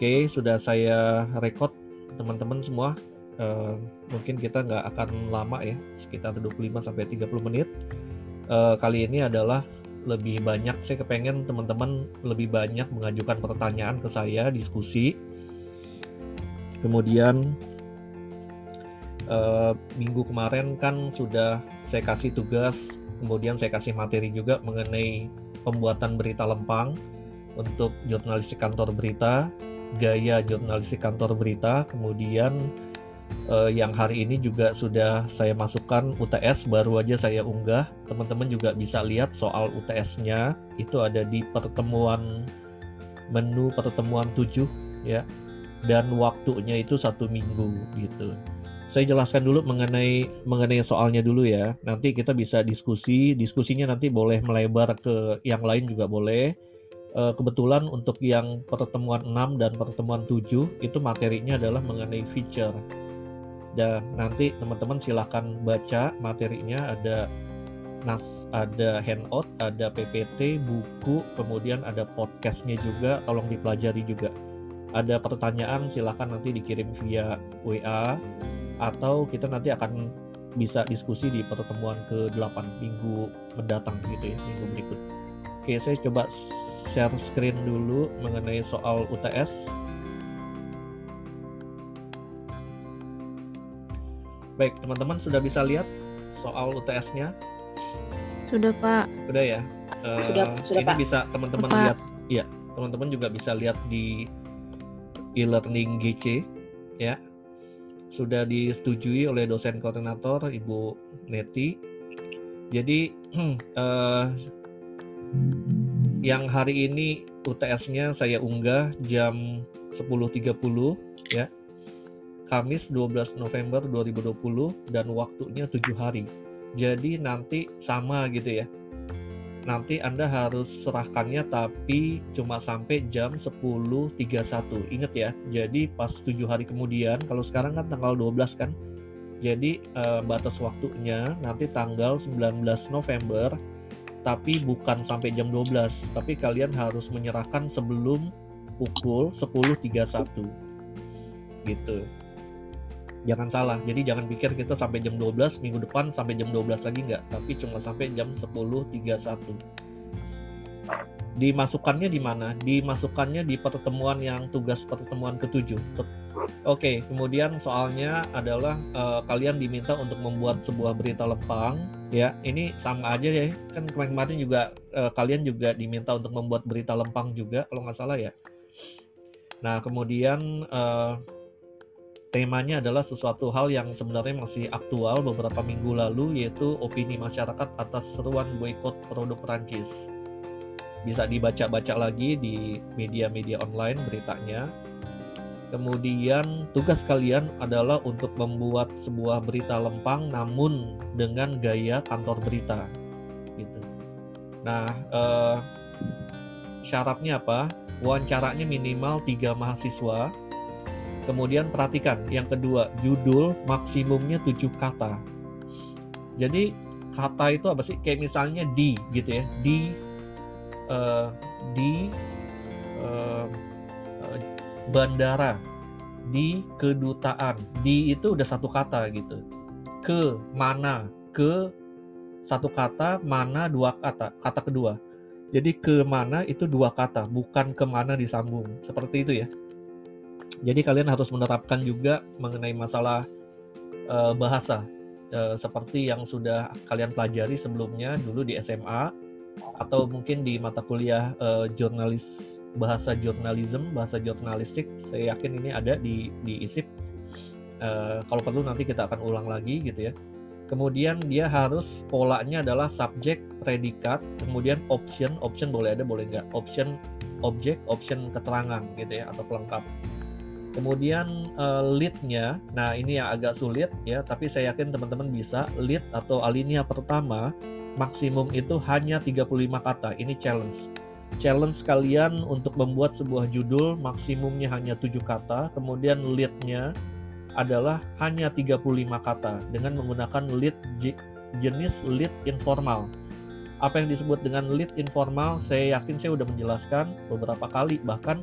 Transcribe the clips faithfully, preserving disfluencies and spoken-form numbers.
Oke, sudah saya record teman-teman semua. Uh, mungkin kita nggak akan lama ya, sekitar dua puluh lima sampai tiga puluh menit. Uh, kali ini adalah lebih banyak, saya kepengen teman-teman lebih banyak mengajukan pertanyaan ke saya, diskusi. Kemudian uh, minggu kemarin kan sudah saya kasih tugas, kemudian saya kasih materi juga mengenai pembuatan berita lempang untuk jurnalistik kantor berita, gaya jurnalistik kantor berita. Kemudian eh, yang hari ini juga sudah saya masukkan U T S, baru aja saya unggah. Teman-teman juga bisa lihat soal U T S-nya, itu ada di pertemuan, menu pertemuan tujuh ya, dan waktunya itu satu minggu gitu. Saya jelaskan dulu mengenai mengenai soalnya dulu ya. Nanti kita bisa diskusi, diskusinya nanti boleh melebar ke yang lain juga boleh. Kebetulan untuk yang pertemuan enam dan pertemuan tujuh itu materinya adalah mengenai feature. Dan nanti teman-teman silakan baca materinya, ada nas, ada handout, ada P P T, buku, kemudian ada podcastnya juga, tolong dipelajari juga. Ada pertanyaan silakan nanti dikirim via W A, atau kita nanti akan bisa diskusi di pertemuan ke delapan minggu mendatang gitu ya, minggu berikut. Oke, saya coba share screen dulu mengenai soal U T S. Baik, teman-teman sudah bisa lihat soal U T S-nya? Sudah, Pak. Sudah ya? Uh, sudah, sudah, ini Pak. bisa teman-teman Pak. lihat. Ya, teman-teman juga bisa lihat di e-learning G C ya. Sudah disetujui oleh dosen koordinator Ibu Neti. Jadi uh, yang hari ini U T S-nya saya unggah jam sepuluh tiga puluh ya, Kamis dua belas November dua ribu dua puluh, dan waktunya tujuh hari. Jadi nanti sama gitu ya. Nanti Anda harus serahkannya tapi cuma sampai jam sepuluh tiga puluh satu. Ingat ya, jadi pas tujuh hari kemudian, kalau sekarang kan tanggal dua belas kan. Jadi eh, batas waktunya nanti tanggal sembilan belas November, tapi bukan sampai jam dua belas, tapi kalian harus menyerahkan sebelum pukul sepuluh tiga puluh satu gitu. Jangan salah, jadi jangan pikir kita sampai jam dua belas, minggu depan sampai jam dua belas lagi enggak, tapi cuma sampai jam sepuluh tiga puluh satu. Dimasukkannya di mana? Dimasukkannya di pertemuan yang tugas pertemuan ketujuh. Oke, kemudian soalnya adalah uh, kalian diminta untuk membuat sebuah berita lempang ya. Ini sama aja ya, kan kemarin-kemarin juga uh, kalian juga diminta untuk membuat berita lempang juga kalau nggak salah ya. Nah, kemudian uh, temanya adalah sesuatu hal yang sebenarnya masih aktual beberapa minggu lalu, yaitu opini masyarakat atas seruan boikot produk Perancis. Bisa dibaca-baca lagi di media-media online beritanya. Kemudian tugas kalian adalah untuk membuat sebuah berita lempang namun dengan gaya kantor berita gitu. Nah, eh, syaratnya apa? Wawancaranya minimal tiga mahasiswa. Kemudian perhatikan, yang kedua, judul maksimumnya tujuh kata. Jadi kata itu apa sih? Kayak misalnya di gitu ya, di uh, di uh, uh, bandara, di kedutaan. Di itu udah satu kata gitu. Ke mana? Ke satu kata, mana dua kata, kata kedua. Jadi ke mana itu dua kata, bukan kemana disambung. Seperti itu ya. Jadi kalian harus menerapkan juga mengenai masalah uh, bahasa uh, seperti yang sudah kalian pelajari sebelumnya dulu di S M A, atau mungkin di mata kuliah uh, jurnalis bahasa jurnalism, bahasa jurnalistik. Saya yakin ini ada di di I S I P. Uh, kalau perlu nanti kita akan ulang lagi gitu ya. Kemudian dia harus polanya adalah subjek, predikat, kemudian option, option boleh ada boleh enggak, option objek, option keterangan gitu ya, atau pelengkap. Kemudian uh, lead-nya, nah ini yang agak sulit ya, tapi saya yakin teman-teman bisa. Lead atau alinea pertama maksimum itu hanya tiga puluh lima kata. Ini challenge. Challenge kalian untuk membuat sebuah judul maksimumnya hanya tujuh kata. Kemudian lead-nya adalah hanya tiga puluh lima kata dengan menggunakan lead jenis lead informal. Apa yang disebut dengan lead informal, saya yakin saya udah menjelaskan beberapa kali, bahkan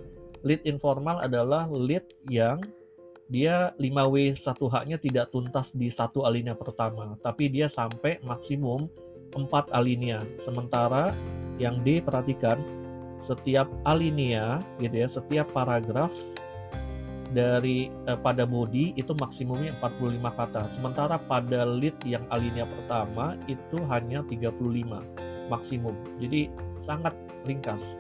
Lead informal adalah lead yang dia lima W satu H-nya tidak tuntas di satu alinea pertama, tapi dia sampai maksimum empat alinea. Sementara yang D, perhatikan, setiap alinea gitu ya, setiap paragraf dari eh, pada body itu maksimumnya empat puluh lima kata. Sementara pada lead yang alinea pertama itu hanya tiga puluh lima maksimum. Jadi sangat ringkas.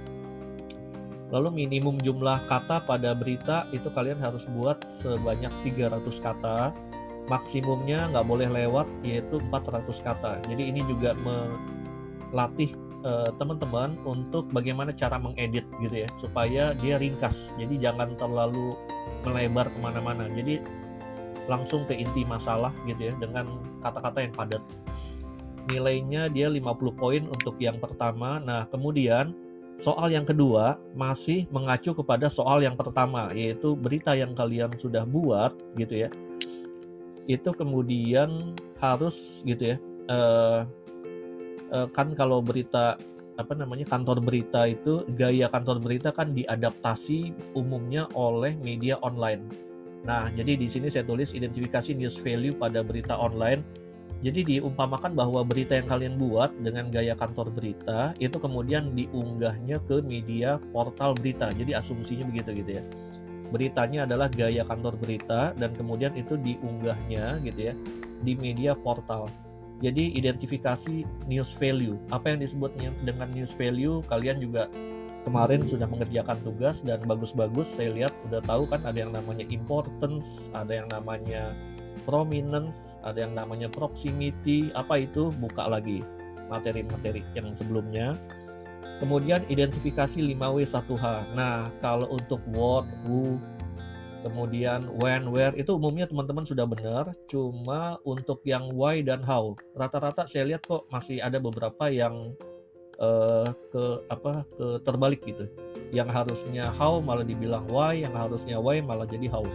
Lalu minimum jumlah kata pada berita itu kalian harus buat sebanyak tiga ratus kata. Maksimumnya nggak boleh lewat, yaitu empat ratus kata. Jadi ini juga melatih eh, teman-teman untuk bagaimana cara mengedit gitu ya, supaya dia ringkas. Jadi jangan terlalu melebar kemana-mana. Jadi langsung ke inti masalah gitu ya, dengan kata-kata yang padat. Nilainya dia lima puluh poin untuk yang pertama. Nah, kemudian soal yang kedua masih mengacu kepada soal yang pertama, yaitu berita yang kalian sudah buat gitu ya. Itu kemudian harus gitu ya. Eh, eh, kan kalau berita apa namanya kantor berita itu, gaya kantor berita kan diadaptasi umumnya oleh media online. Nah, jadi di sini saya tulis identifikasi news value pada berita online. Jadi diumpamakan bahwa berita yang kalian buat dengan gaya kantor berita itu kemudian diunggahnya ke media portal berita. Jadi asumsinya begitu gitu ya. Beritanya adalah gaya kantor berita dan kemudian itu diunggahnya gitu ya di media portal. Jadi identifikasi news value. Apa yang disebutnya dengan news value, kalian juga kemarin sudah mengerjakan tugas dan bagus-bagus. Saya lihat udah tahu kan, ada yang namanya importance, ada yang namanya prominence, ada yang namanya proximity. Apa itu? Buka lagi materi-materi yang sebelumnya. Kemudian identifikasi lima W satu H. Nah, kalau untuk what, who, kemudian when, where itu umumnya teman-teman sudah benar. Cuma untuk yang why dan how, rata-rata saya lihat kok masih ada beberapa yang uh, ke apa ke terbalik gitu. Yang harusnya how malah dibilang why, yang harusnya why malah jadi how.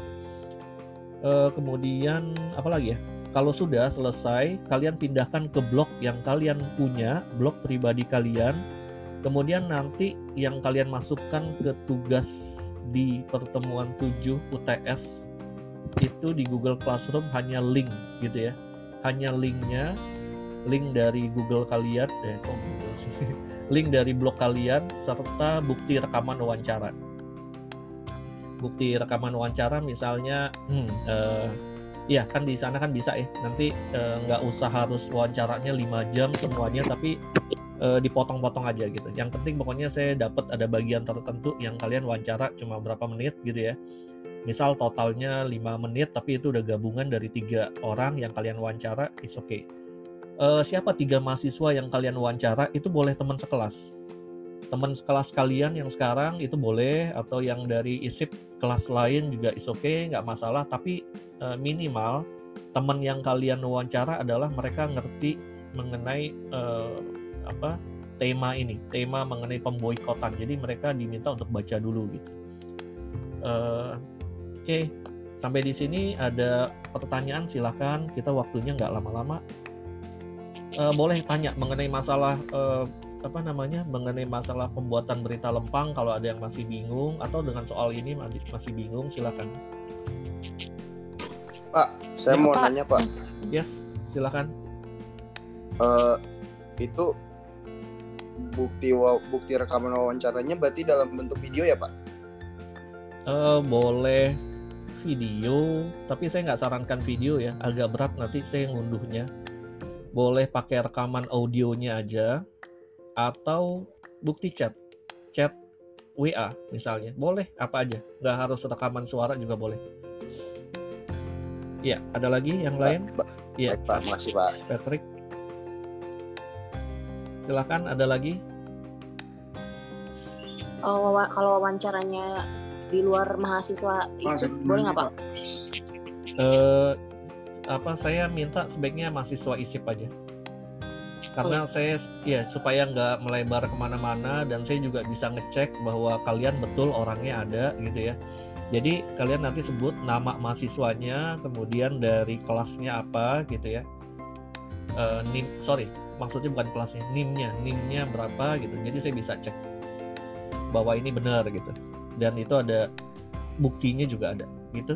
Uh, kemudian apa lagi ya? Kalau sudah selesai, kalian pindahkan ke blog yang kalian punya, blog pribadi kalian. Kemudian nanti yang kalian masukkan ke tugas di pertemuan tujuh U T S itu di Google Classroom hanya link gitu ya. Hanya linknya, link dari Google kalian, eh kok Google sih? Link dari blog kalian serta bukti rekaman wawancara. Bukti rekaman wawancara misalnya hmm, uh, ya kan di sana kan bisa ya, nanti nggak uh, usah harus wawancaranya lima jam semuanya, tapi uh, dipotong-potong aja gitu. Yang penting pokoknya saya dapat ada bagian tertentu yang kalian wawancara cuma berapa menit gitu ya. Misal totalnya lima menit tapi itu udah gabungan dari tiga orang yang kalian wawancara, it's okay. Uh, siapa tiga mahasiswa yang kalian wawancara itu boleh teman sekelas. Teman sekelas kalian yang sekarang itu boleh, atau yang dari ISIP kelas lain juga is okay, nggak masalah. Tapi e, minimal teman yang kalian wawancara adalah mereka ngerti mengenai e, apa tema ini, tema mengenai pemboikotan. Jadi mereka diminta untuk baca dulu gitu. E, Oke, okay. Sampai di sini ada pertanyaan silakan. Kita waktunya nggak lama-lama. E, boleh tanya mengenai masalah e, apa namanya mengenai masalah pembuatan berita lempang kalau ada yang masih bingung, atau dengan soal ini masih bingung, silakan. Pak, saya ya, mau Pak. nanya Pak. Yes, silakan. Uh, itu bukti bukti rekaman wawancaranya berarti dalam bentuk video ya Pak? Uh, boleh video, tapi saya nggak sarankan video ya, agak berat nanti saya ngunduhnya. Boleh pakai rekaman audionya aja, atau bukti chat, chat W A misalnya, boleh apa aja, nggak harus rekaman suara juga boleh. Ya, ada lagi yang lain? Iya, Pak, makasih Pak. Patrick, silakan, ada lagi? Oh, waw- kalau wawancaranya di luar mahasiswa ISIP, boleh nggak Pak? Uh, apa saya minta sebaiknya mahasiswa ISIP aja. Karena saya ya supaya nggak melebar kemana-mana, dan saya juga bisa ngecek bahwa kalian betul orangnya ada gitu ya. Jadi kalian nanti sebut nama mahasiswanya, kemudian dari kelasnya apa gitu ya. Uh, nim, sorry, maksudnya bukan kelasnya, nimnya, nimnya berapa gitu. Jadi saya bisa cek bahwa ini benar gitu. dan itu ada buktinya juga ada gitu.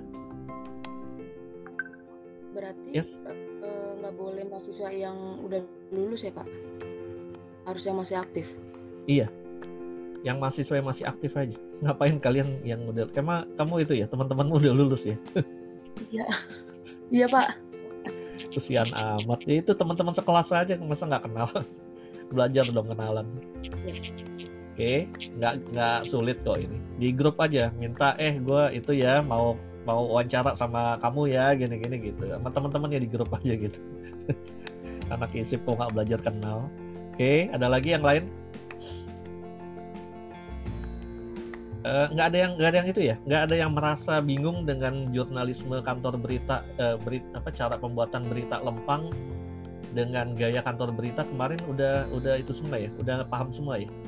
Berarti Yes. eh, nggak boleh mahasiswa yang udah lulus ya Pak? Harus yang masih aktif. Iya, yang mahasiswa yang masih aktif aja. Ngapain kalian yang udah, kamu kamu itu ya teman-temanmu udah lulus ya? Iya, iya Pak. Kesian amat. Ya itu teman-teman sekelas aja, masa nggak kenal? Belajar dong kenalan. Oke, nggak nggak sulit kok ini. Di grup aja, minta eh gue itu ya mau mau wawancara sama kamu ya, gini-gini gitu. Sama teman-temannya di grup aja gitu. Anak isip kok nggak belajar kenal. Oke, ada lagi yang lain? Eh, nggak ada yang nggak ada yang itu ya, nggak ada yang merasa bingung dengan jurnalisme kantor berita, eh, berita apa cara pembuatan berita lempang dengan gaya kantor berita kemarin udah udah itu semua ya, udah paham semua ya.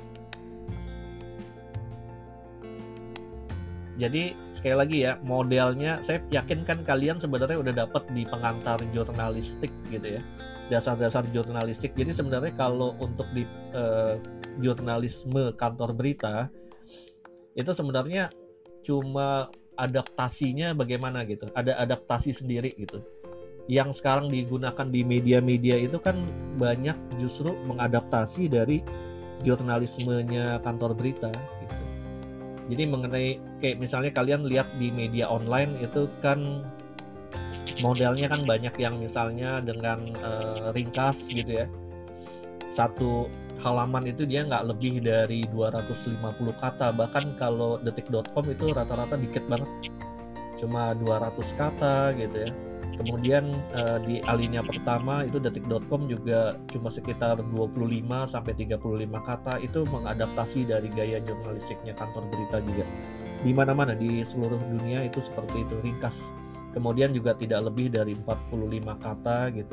Jadi sekali lagi ya, modelnya saya yakin kan kalian sebenarnya udah dapat di pengantar jurnalistik gitu ya, dasar-dasar jurnalistik. Jadi sebenarnya kalau untuk di eh, jurnalisme kantor berita itu sebenarnya cuma adaptasinya bagaimana gitu, ada adaptasi sendiri gitu. Yang sekarang digunakan di media-media itu kan banyak justru mengadaptasi dari jurnalismenya kantor berita gitu. Jadi mengenai kayak misalnya kalian lihat di media online itu kan modelnya kan banyak yang misalnya dengan uh, ringkas gitu ya. Satu halaman itu dia nggak lebih dari dua ratus lima puluh kata, bahkan kalau detik dot com itu rata-rata dikit banget, cuma dua ratus kata gitu ya. Kemudian uh, di alinea pertama itu detik dot com juga cuma sekitar dua puluh lima sampai tiga puluh lima kata, itu mengadaptasi dari gaya jurnalistiknya kantor berita juga. Di mana-mana di seluruh dunia itu seperti itu, ringkas. Kemudian juga tidak lebih dari empat puluh lima kata gitu.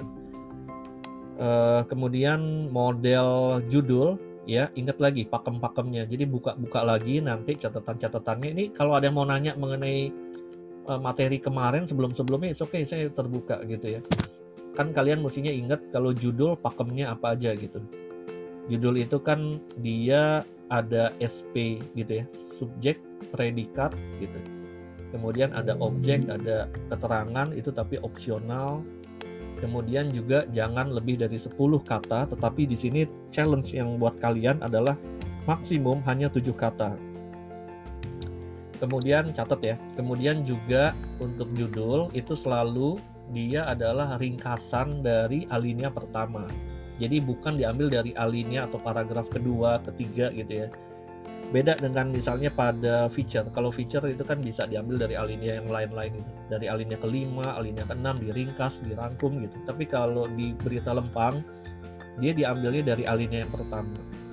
Uh, kemudian model judul ya, ingat lagi pakem-pakemnya. Jadi buka-buka lagi nanti catatan-catatannya. Ini kalau ada yang mau nanya mengenai uh, materi kemarin sebelum-sebelumnya, oke okay, saya terbuka gitu ya. Kan kalian mestinya ingat kalau judul pakemnya apa aja gitu. Judul itu kan dia ada S P gitu ya, subjek, predikat gitu. Kemudian ada objek, ada keterangan itu tapi opsional. Kemudian juga jangan lebih dari sepuluh kata, tetapi di sini challenge yang buat kalian adalah maksimum hanya tujuh kata. Kemudian catat ya. Kemudian juga untuk judul itu selalu dia adalah ringkasan dari alinea pertama. Jadi bukan diambil dari alinea atau paragraf kedua, ketiga gitu ya. Beda dengan misalnya pada feature. Kalau feature itu kan bisa diambil dari alinea yang lain-lain gitu. Dari alinea kelima, alinea keenam, diringkas, dirangkum gitu. Tapi kalau di berita lempang, dia diambilnya dari alinea yang pertama.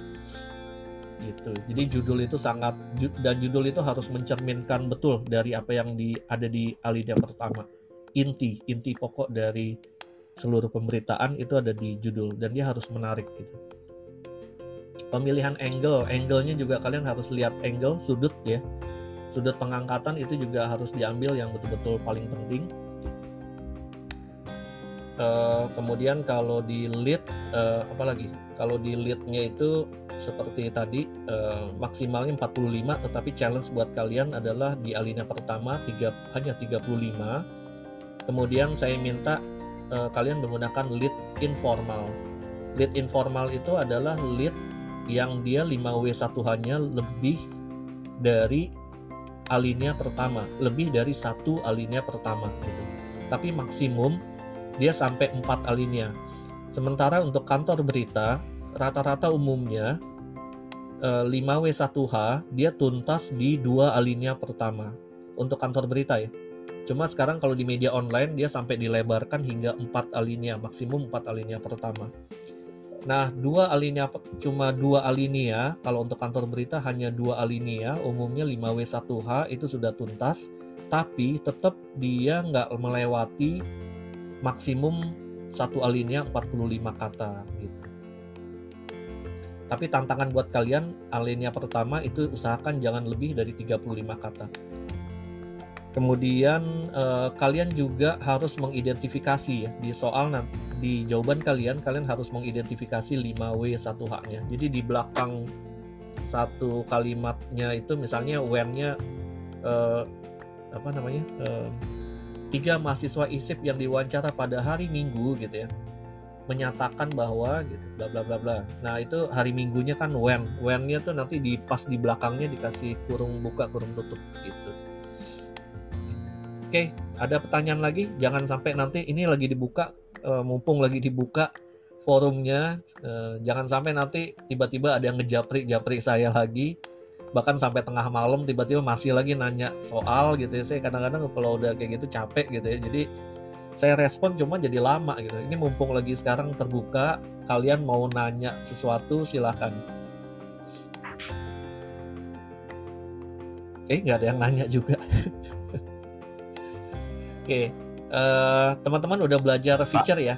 Gitu. Jadi judul itu sangat, dan judul itu harus mencerminkan betul dari apa yang di, ada di alinea pertama. Inti, inti pokok dari seluruh pemberitaan itu ada di judul, dan dia harus menarik gitu. Pemilihan angle, angle-nya juga kalian harus lihat angle, sudut ya. Sudut pengangkatan itu juga harus diambil yang betul-betul paling penting. Uh, kemudian kalau di lead, uh, apa lagi? Kalau di lead-nya itu seperti tadi, uh, maksimalnya empat puluh lima, tetapi challenge buat kalian adalah di alinea pertama tiga, hanya tiga puluh lima. Kemudian saya minta uh, kalian menggunakan lead informal. Lead informal itu adalah lead yang dia lima W satu H-nya lebih dari alinea pertama, lebih dari satu alinea pertama gitu. Tapi maksimum dia sampai empat alinea. Sementara untuk kantor berita rata-rata umumnya lima W satu H dia tuntas di dua alinea pertama untuk kantor berita ya. Cuma sekarang kalau di media online dia sampai dilebarkan hingga empat alinea, maksimum empat alinea pertama. Nah, dua alinea, cuma dua alinea, kalau untuk kantor berita hanya dua alinea, umumnya lima W satu H itu sudah tuntas, tapi tetap dia nggak melewati maksimum satu alinea empat puluh lima kata gitu. Tapi tantangan buat kalian, alinea pertama itu usahakan jangan lebih dari tiga puluh lima kata. Kemudian eh, kalian juga harus mengidentifikasi ya di soal nanti, di jawaban kalian kalian harus mengidentifikasi lima W satu H-nya. Jadi di belakang satu kalimatnya itu misalnya when-nya eh, apa namanya eh, tiga mahasiswa I S I P yang diwawancara pada hari Minggu gitu ya menyatakan bahwa gitu bla bla bla bla. Nah itu hari Minggunya kan when, when-nya tuh nanti di pas di belakangnya dikasih kurung buka kurung tutup gitu. Oke, ada pertanyaan lagi? Jangan sampai nanti ini lagi dibuka, uh, mumpung lagi dibuka forumnya, uh, jangan sampai nanti tiba-tiba ada yang ngejapri-japri saya lagi, bahkan sampai tengah malam tiba-tiba masih lagi nanya soal gitu ya. Saya kadang-kadang kalau udah kayak gitu capek gitu ya. Jadi saya respon cuma jadi lama gitu. Ini mumpung lagi sekarang terbuka, kalian mau nanya sesuatu silahkan. Eh nggak ada yang nanya juga. Oke, uh, teman-teman udah belajar feature ya?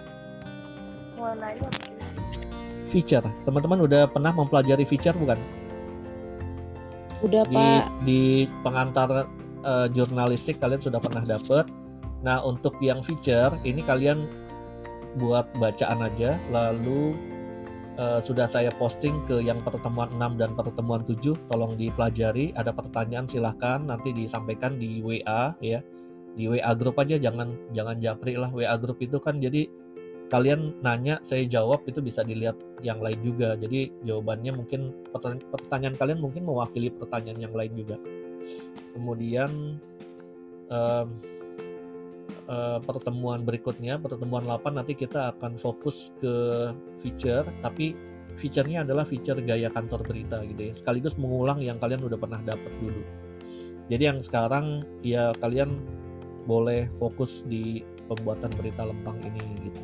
Feature, teman-teman udah pernah mempelajari feature bukan? Udah Di, Pak. di pengantar uh, jurnalistik kalian sudah pernah dapet. Nah untuk yang feature ini kalian buat bacaan aja, lalu uh, sudah saya posting ke yang pertemuan enam dan pertemuan tujuh, tolong dipelajari. Ada pertanyaan silahkan nanti disampaikan di W A ya, di W A group aja, jangan jangan japri lah. W A group itu kan jadi kalian nanya saya jawab, itu bisa dilihat yang lain juga, jadi jawabannya mungkin pertanyaan kalian mungkin mewakili pertanyaan yang lain juga. Kemudian um, Uh, pertemuan berikutnya, pertemuan delapan, nanti kita akan fokus ke feature, tapi feature-nya adalah feature gaya kantor berita gitu ya, sekaligus mengulang yang kalian udah pernah dapat dulu. Jadi yang sekarang ya kalian boleh fokus di pembuatan berita lempang ini gitu.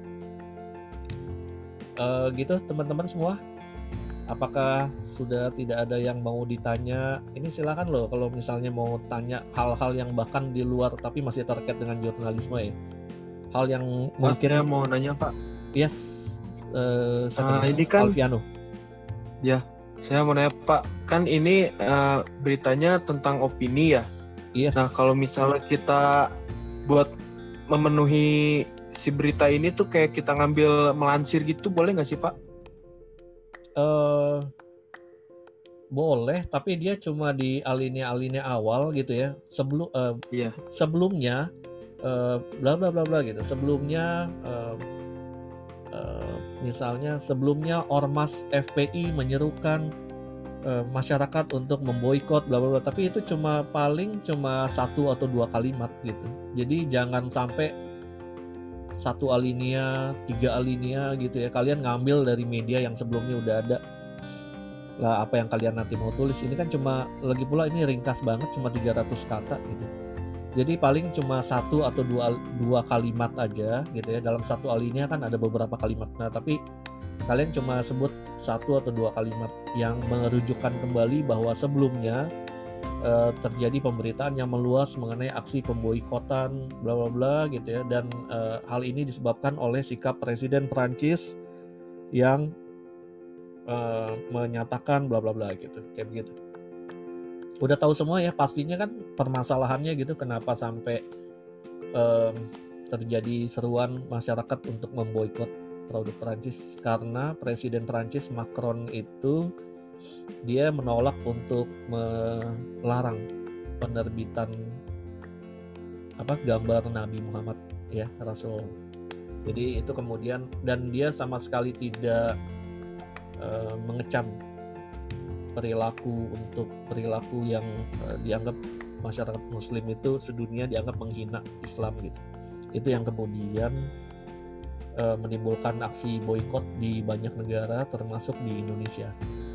Uh, gitu teman-teman semua. Apakah sudah tidak ada yang mau ditanya? Ini silakan loh kalau misalnya mau tanya hal-hal yang bahkan di luar tapi masih terkait dengan jurnalisme ya. Hal yang Mas, mungkin saya mau nanya Pak. Yes. Uh, uh, ini kan Alfiano. Ya, saya mau nanya Pak. Kan ini uh, beritanya tentang opini ya. Yes. Nah kalau misalnya kita buat memenuhi si berita ini tuh kayak kita ngambil melansir gitu, boleh nggak sih Pak? Uh, boleh, tapi dia cuma di alinea-alinea awal gitu ya. Sebelum uh, yeah. sebelumnya uh, bla bla bla bla gitu. Sebelumnya uh, uh, misalnya sebelumnya Ormas F P I menyerukan uh, masyarakat untuk memboikot bla bla bla, tapi itu cuma paling cuma satu atau dua kalimat gitu. Jadi jangan sampai satu alinea, tiga alinea gitu ya, kalian ngambil dari media yang sebelumnya udah ada lah apa yang kalian nanti mau tulis. Ini kan cuma, lagi pula ini ringkas banget, cuma tiga ratus kata gitu, jadi paling cuma satu atau dua, dua kalimat aja gitu ya. Dalam satu alinea kan ada beberapa kalimat, nah tapi kalian cuma sebut satu atau dua kalimat yang merujukkan kembali bahwa sebelumnya Uh, terjadi pemberitaan yang meluas mengenai aksi pemboikotan bla bla bla gitu ya, dan uh, hal ini disebabkan oleh sikap Presiden Prancis yang uh, menyatakan bla bla bla gitu, kayak begitu. Udah tahu semua ya pastinya kan permasalahannya gitu, kenapa sampai um, terjadi seruan masyarakat untuk memboikot produk Prancis, karena Presiden Prancis Macron itu dia menolak untuk melarang penerbitan apa gambar Nabi Muhammad ya, Rasul. Jadi itu kemudian, dan dia sama sekali tidak uh, mengecam perilaku untuk perilaku yang uh, dianggap masyarakat Muslim itu sedunia dianggap menghina Islam gitu. Itu yang kemudian uh, menimbulkan aksi boikot di banyak negara termasuk di Indonesia.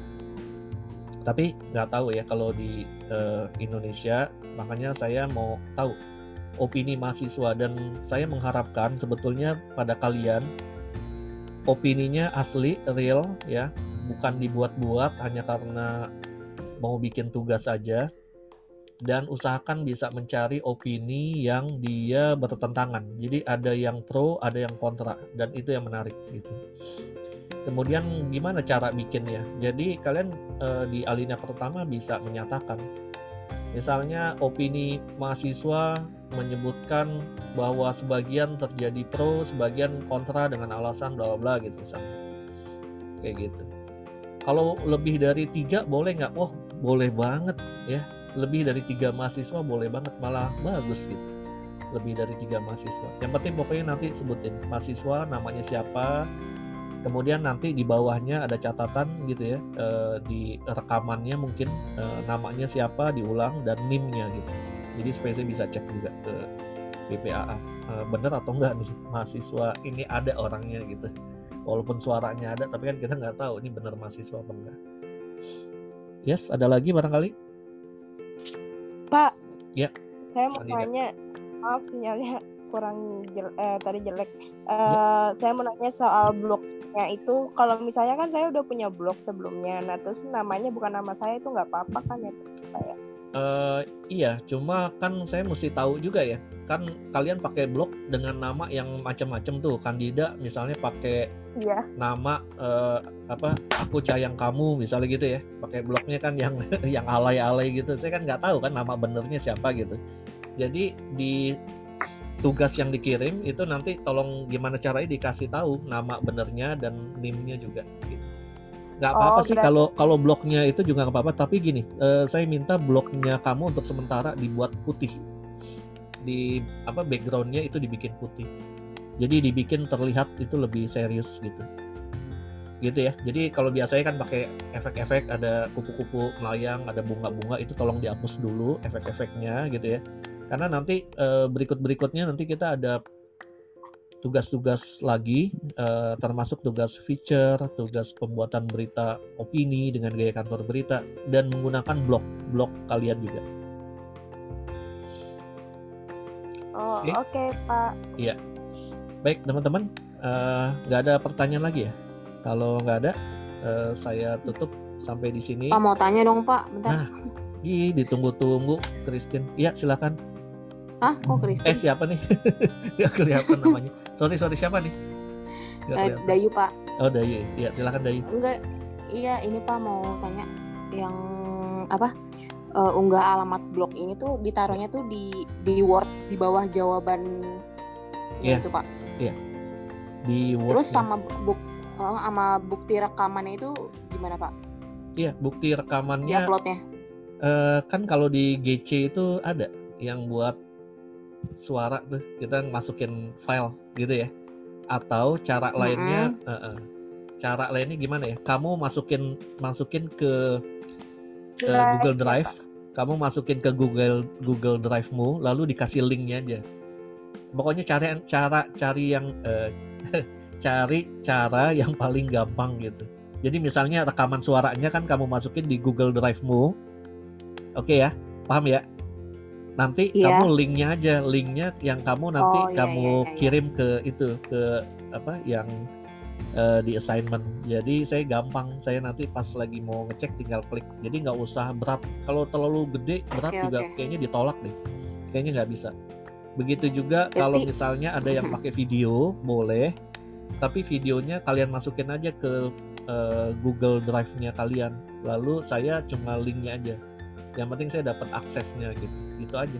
Tapi nggak tahu ya kalau di uh, Indonesia, makanya saya mau tahu opini mahasiswa, dan saya mengharapkan sebetulnya pada kalian opininya asli, real ya, bukan dibuat-buat hanya karena mau bikin tugas aja, dan usahakan bisa mencari opini yang dia bertentangan. Jadi ada yang pro, ada yang kontra, dan itu yang menarik gitu. Kemudian gimana cara bikinnya? Jadi kalian e, di alinea pertama bisa menyatakan, misalnya opini mahasiswa menyebutkan bahwa sebagian terjadi pro, sebagian kontra dengan alasan bla bla bla gitu misalnya, kayak gitu. Kalau lebih dari tiga boleh nggak? Oh, boleh banget ya. Lebih dari tiga mahasiswa boleh banget, malah bagus gitu. Lebih dari tiga mahasiswa. Yang penting pokoknya nanti sebutin mahasiswa, namanya siapa, kemudian nanti di bawahnya ada catatan gitu ya, eh, di rekamannya mungkin eh, namanya siapa diulang dan N I M-nya gitu. Jadi supaya saya bisa cek juga ke B P A A, eh, bener atau enggak nih mahasiswa ini ada orangnya gitu. Walaupun suaranya ada, tapi kan kita nggak tahu ini bener mahasiswa apa enggak. Yes, ada lagi barangkali? Pak, Ya, saya mau Anida. tanya, maaf sinyalnya kurang jel, eh, tadi jelek. Eh, Ya. Saya mau nanya soal blognya itu, kalau misalnya kan saya udah punya blog sebelumnya, nah terus namanya bukan nama saya, itu nggak apa-apa kan ya saya? Eh, iya, cuma kan saya mesti tahu juga ya. Kan kalian pakai blog dengan nama yang macam-macam tuh. Kandida misalnya pakai Iya. nama eh, apa? Aku sayang kamu misalnya gitu ya. Pakai blognya kan yang yang alay-alay gitu. Saya kan nggak tahu kan nama benernya siapa gitu. Jadi di tugas yang dikirim itu nanti tolong gimana caranya dikasih tahu nama benernya dan N I M-nya juga gitu. Nggak apa-apa Oh, sih berarti- kalau kalau blognya itu juga nggak apa-apa, tapi gini, eh, saya minta blognya kamu untuk sementara dibuat putih, di apa backgroundnya itu dibikin putih, jadi dibikin terlihat itu lebih serius gitu gitu ya. Jadi kalau biasanya kan pakai efek-efek, ada kupu-kupu melayang, ada bunga-bunga, itu tolong dihapus dulu efek-efeknya gitu ya, karena nanti eh, berikut-berikutnya nanti kita ada tugas-tugas lagi, eh, termasuk tugas feature, tugas pembuatan berita opini dengan gaya kantor berita, dan menggunakan blog blog kalian juga. Oh, Oke. oke Pak. Baik teman-teman, eh, nggak ada pertanyaan lagi ya? Kalau nggak ada, eh, saya tutup sampai di sini. Pak mau tanya dong Pak, bentar. Nah, Ih, ditunggu-tunggu, Christine. Iya, silakan. Hah, kok Kristen? Eh, siapa nih? Nggak kelihatan namanya. Sorry, sorry, siapa nih? Nggak Eh, kelihatan. Dayu Pak. Oh, Dayu. Iya, silakan Dayu. Enggak, iya ini Pak mau tanya yang apa? eh, unggah alamat blog ini tuh ditaruhnya tuh di di Word di bawah jawaban Iya. itu Pak. Di Terus Word-nya. sama buk eh, sama bukti rekamannya itu gimana Pak? Iya, bukti Di rekamannya uploadnya? eh, kan kalau di G C itu ada yang buat suara tuh, kita masukin file gitu ya. Atau cara lainnya, eh, eh, cara lainnya gimana ya? Kamu masukin masukin ke ke Drive, Google ya, Drive, Pak. kamu masukin ke Google Google Drive-mu, lalu dikasih linknya aja. Pokoknya cari cara cari yang eh, cari cara yang paling gampang gitu. Jadi misalnya rekaman suaranya kan kamu masukin di Google Drive-mu. Oke ya, paham ya? Nanti Iya. kamu linknya aja, linknya yang kamu nanti Oh, iya, kamu iya, iya, iya. kirim ke itu, ke apa yang eh, di assignment. Jadi saya gampang, saya nanti pas lagi mau ngecek tinggal klik. Jadi nggak usah berat. Kalau terlalu gede berat Oke, juga oke. kayaknya ditolak deh. Kayaknya nggak bisa. Begitu juga kalau Berarti- misalnya ada yang Mhm. pakai video, boleh. Tapi videonya kalian masukin aja ke eh, Google Drive-nya kalian. Lalu saya cuma linknya aja. Yang penting saya dapat aksesnya gitu. Gitu aja.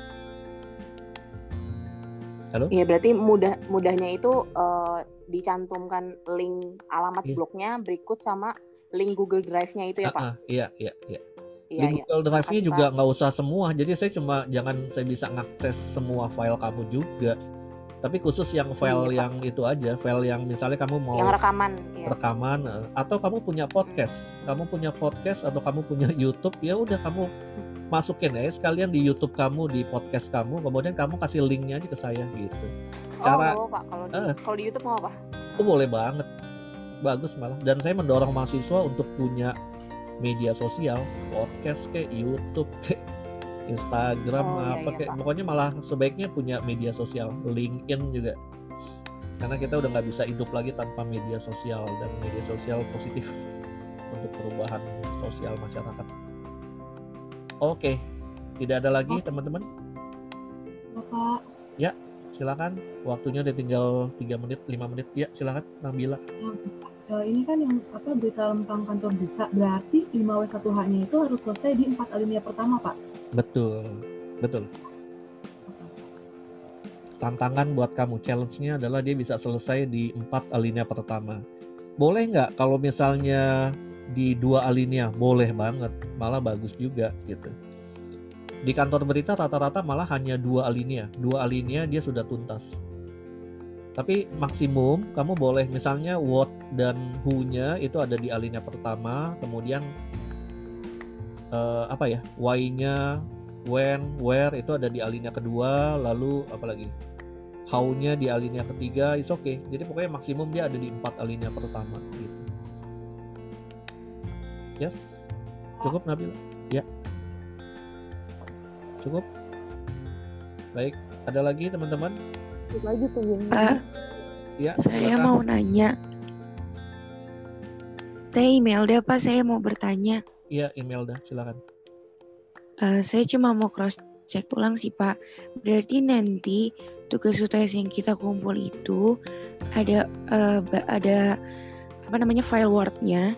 Halo? Iya berarti mudah mudahnya itu eh, dicantumkan link alamat Iya. blognya berikut sama link Google Drive-nya itu ya Pak. Ah, ah, iya, iya, iya. Iya Di iya. Google Drive-nya Makasih, juga Pak. nggak usah semua. Jadi saya cuma jangan saya bisa ngakses semua file kamu juga. Tapi khusus yang file Iya, Pak. yang itu aja, file yang misalnya kamu mau Yang rekaman. Ya. rekaman, eh, atau kamu punya podcast, kamu punya podcast atau kamu punya YouTube, ya udah kamu masukin ya sekalian di YouTube kamu, di podcast kamu, kemudian kamu kasih linknya aja ke saya gitu. Cara Oh Pak kalau di eh. kalau di YouTube mau apa? itu boleh banget, bagus malah. Dan saya mendorong mahasiswa untuk punya media sosial, podcast kayak YouTube kayak Instagram Oh, iya, apa iya, kayak Pak. pokoknya malah sebaiknya punya media sosial, LinkedIn juga. Karena kita udah nggak bisa hidup lagi tanpa media sosial, dan media sosial positif untuk perubahan sosial masyarakat. Oke, tidak ada lagi teman-teman. Bapak, Silakan, waktunya udah tinggal tiga menit, lima menit. Ya, silakan Nabila. eh, ini kan yang apa berita lempang kantor berita, berarti lima W satu H-nya itu harus selesai di empat alinea pertama, Pak. Betul, betul. Tantangan buat kamu, challenge-nya adalah dia bisa selesai di empat alinea pertama. Boleh nggak kalau misalnya di dua alinea, boleh banget, malah bagus juga gitu. Di kantor berita rata-rata malah hanya dua alinea, dua alinea dia sudah tuntas. Tapi maksimum kamu boleh misalnya what dan who-nya itu ada di alinea pertama, kemudian uh, apa ya, why-nya, when, where itu ada di alinea kedua, lalu apa lagi? How-nya di alinea ketiga, is oke. Okay. Jadi pokoknya maksimum dia ada di empat alinea pertama gitu. Yes, cukup Nabila? Ya, cukup. Baik, ada lagi teman-teman? Lagi tuh Bun. Pak, Ya, saya silakan. mau nanya. Saya Imelda, Pak. Saya mau bertanya. Iya, Imelda, silakan. Uh, saya cuma mau cross check ulang sih, Pak. Berarti nanti tugas U T S yang kita kumpul itu ada uh, ada apa namanya file Word-nya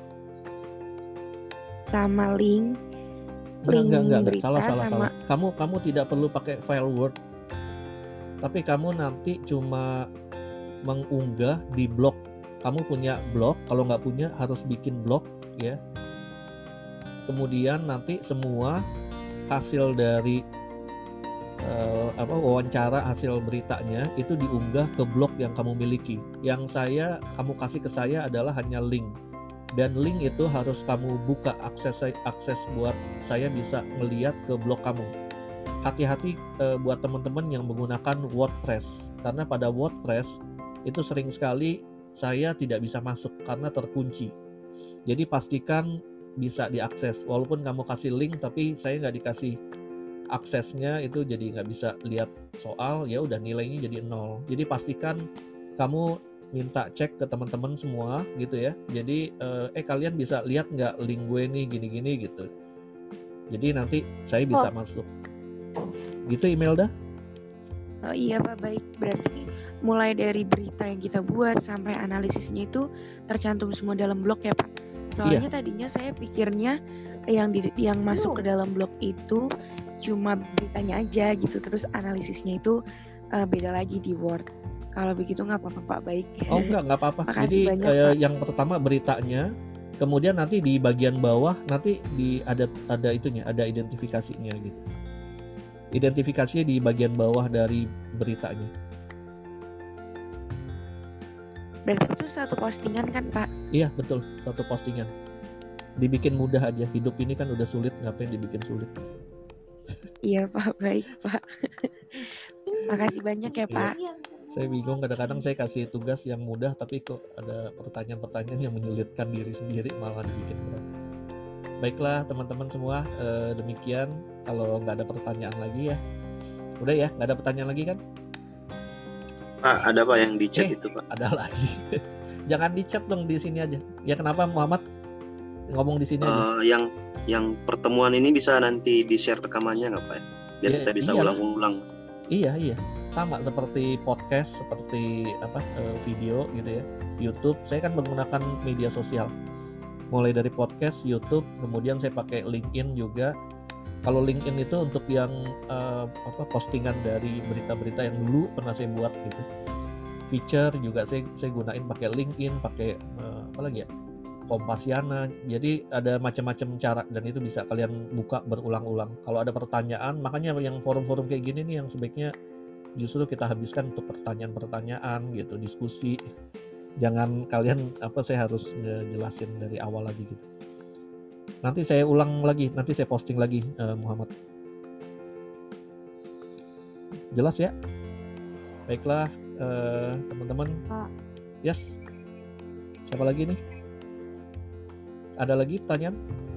sama link Enggak, link enggak, enggak, berita salah, salah, sama salah. Kamu kamu tidak perlu pakai file Word. Tapi kamu nanti cuma mengunggah di blog. Kamu punya blog, kalau nggak punya harus bikin blog ya. Kemudian nanti semua hasil dari uh, apa wawancara, hasil beritanya itu diunggah ke blog yang kamu miliki. Yang saya kamu kasih ke saya adalah hanya link. Dan link itu harus kamu buka akses akses buat saya bisa ngeliat ke blog kamu. Hati-hati uh, buat teman-teman yang menggunakan WordPress, karena pada WordPress itu sering sekali saya tidak bisa masuk karena terkunci. Jadi pastikan bisa diakses, walaupun kamu kasih link tapi saya nggak dikasih aksesnya, itu jadi nggak bisa lihat soal, ya udah nilainya jadi nol. Jadi pastikan kamu minta cek ke teman-teman semua gitu ya. Jadi eh, eh kalian bisa lihat nggak link gue nih gini-gini gitu. Jadi nanti saya bisa Oh. masuk. Gitu Imelda? Oh iya Pak, baik. Berarti mulai dari berita yang kita buat sampai analisisnya itu tercantum semua dalam blog ya Pak? Soalnya tadinya saya pikirnya yang di, yang masuk ke dalam blog itu cuma beritanya aja gitu, terus analisisnya itu uh, beda lagi di Word. Kalau begitu nggak apa-apa Pak, baik. Oh enggak, nggak apa-apa. Makasih Jadi banyak, eh, Pak. yang pertama beritanya, kemudian nanti di bagian bawah nanti di ada ada itunya, ada identifikasinya gitu. Identifikasinya di bagian bawah dari beritanya. Berarti itu satu postingan kan Pak? Iya betul, satu postingan. Dibikin mudah aja. Hidup ini kan udah sulit, ngapain dibikin sulit? Iya Pak, baik Pak. Makasih banyak ya Pak. Saya bingung, kadang-kadang saya kasih tugas yang mudah tapi kok ada pertanyaan-pertanyaan yang menyulitkan diri sendiri, malah dibikin berat. Baiklah teman-teman semua, eh, demikian. Kalau nggak ada pertanyaan lagi ya udah ya, nggak ada pertanyaan lagi kan? Pak, ada Pak yang di chat Eh, itu Pak. Ada lagi. Jangan di chat dong, di sini aja. Ya kenapa Muhammad ngomong di sini aja? Eh, yang yang pertemuan ini bisa nanti di share rekamannya nggak Pak? Ya? Biar Ya, kita bisa iya. ulang-ulang. Iya iya, sama seperti podcast, seperti apa eh, video gitu ya. YouTube, saya kan menggunakan media sosial. Mulai dari podcast, YouTube, kemudian saya pakai LinkedIn juga. Kalau LinkedIn itu untuk yang eh, apa postingan dari berita-berita yang dulu pernah saya buat gitu. Feature juga saya saya gunain pakai LinkedIn, pakai eh, apa lagi ya? Kompasiana. Jadi ada macam-macam cara dan itu bisa kalian buka berulang-ulang. Kalau ada pertanyaan, makanya yang forum-forum kayak gini nih yang sebaiknya justru kita habiskan untuk pertanyaan-pertanyaan gitu, diskusi. Jangan kalian apa saya harus ngejelasin dari awal lagi gitu. Nanti saya ulang lagi, nanti saya posting lagi eh, Muhammad. Jelas ya? Baiklah eh, teman-teman. Pak. Yes. Siapa lagi nih? Ada lagi pertanyaan?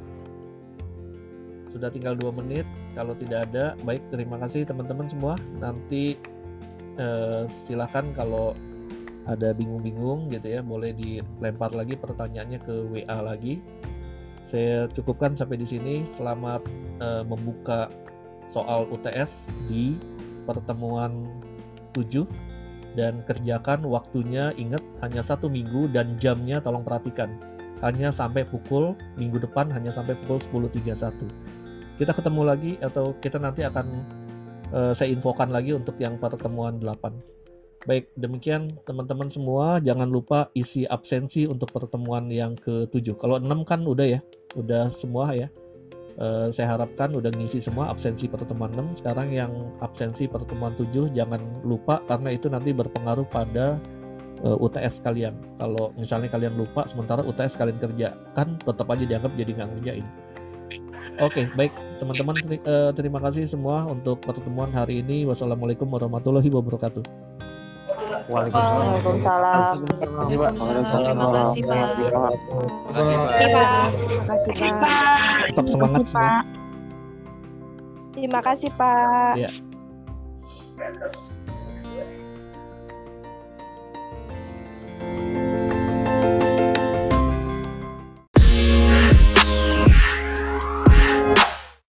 Sudah tinggal dua menit. Kalau tidak ada, baik, terima kasih teman-teman semua. Nanti eh, silakan kalau ada bingung-bingung gitu ya, boleh dilempar lagi pertanyaannya ke W A lagi. Saya cukupkan sampai di sini. Selamat eh, membuka soal U T S di pertemuan tujuh dan kerjakan waktunya. Ingat hanya satu minggu dan jamnya tolong perhatikan. Hanya sampai pukul minggu depan hanya sampai pukul sepuluh tiga puluh satu. Kita ketemu lagi atau kita nanti akan uh, saya infokan lagi untuk yang pertemuan delapan. baik demikian teman-teman semua, jangan lupa isi absensi untuk pertemuan yang ketujuh. Kalau enam kan udah ya, udah semua ya. Uh, saya harapkan udah ngisi semua absensi pertemuan enam. Sekarang yang absensi pertemuan tujuh jangan lupa, karena itu nanti berpengaruh pada uh, U T S kalian. Kalau misalnya kalian lupa sementara U T S kalian kerja, kan tetap aja dianggap jadi nggak ngerjain. Oke, baik teman-teman, teri- uh, terima kasih semua untuk pertemuan hari ini. Wassalamualaikum warahmatullahi wabarakatuh. Waalaikumsalam. Terima kasih Pak. Terima kasih Pak. Tetap semangat semua. Terima kasih Pak. Ya.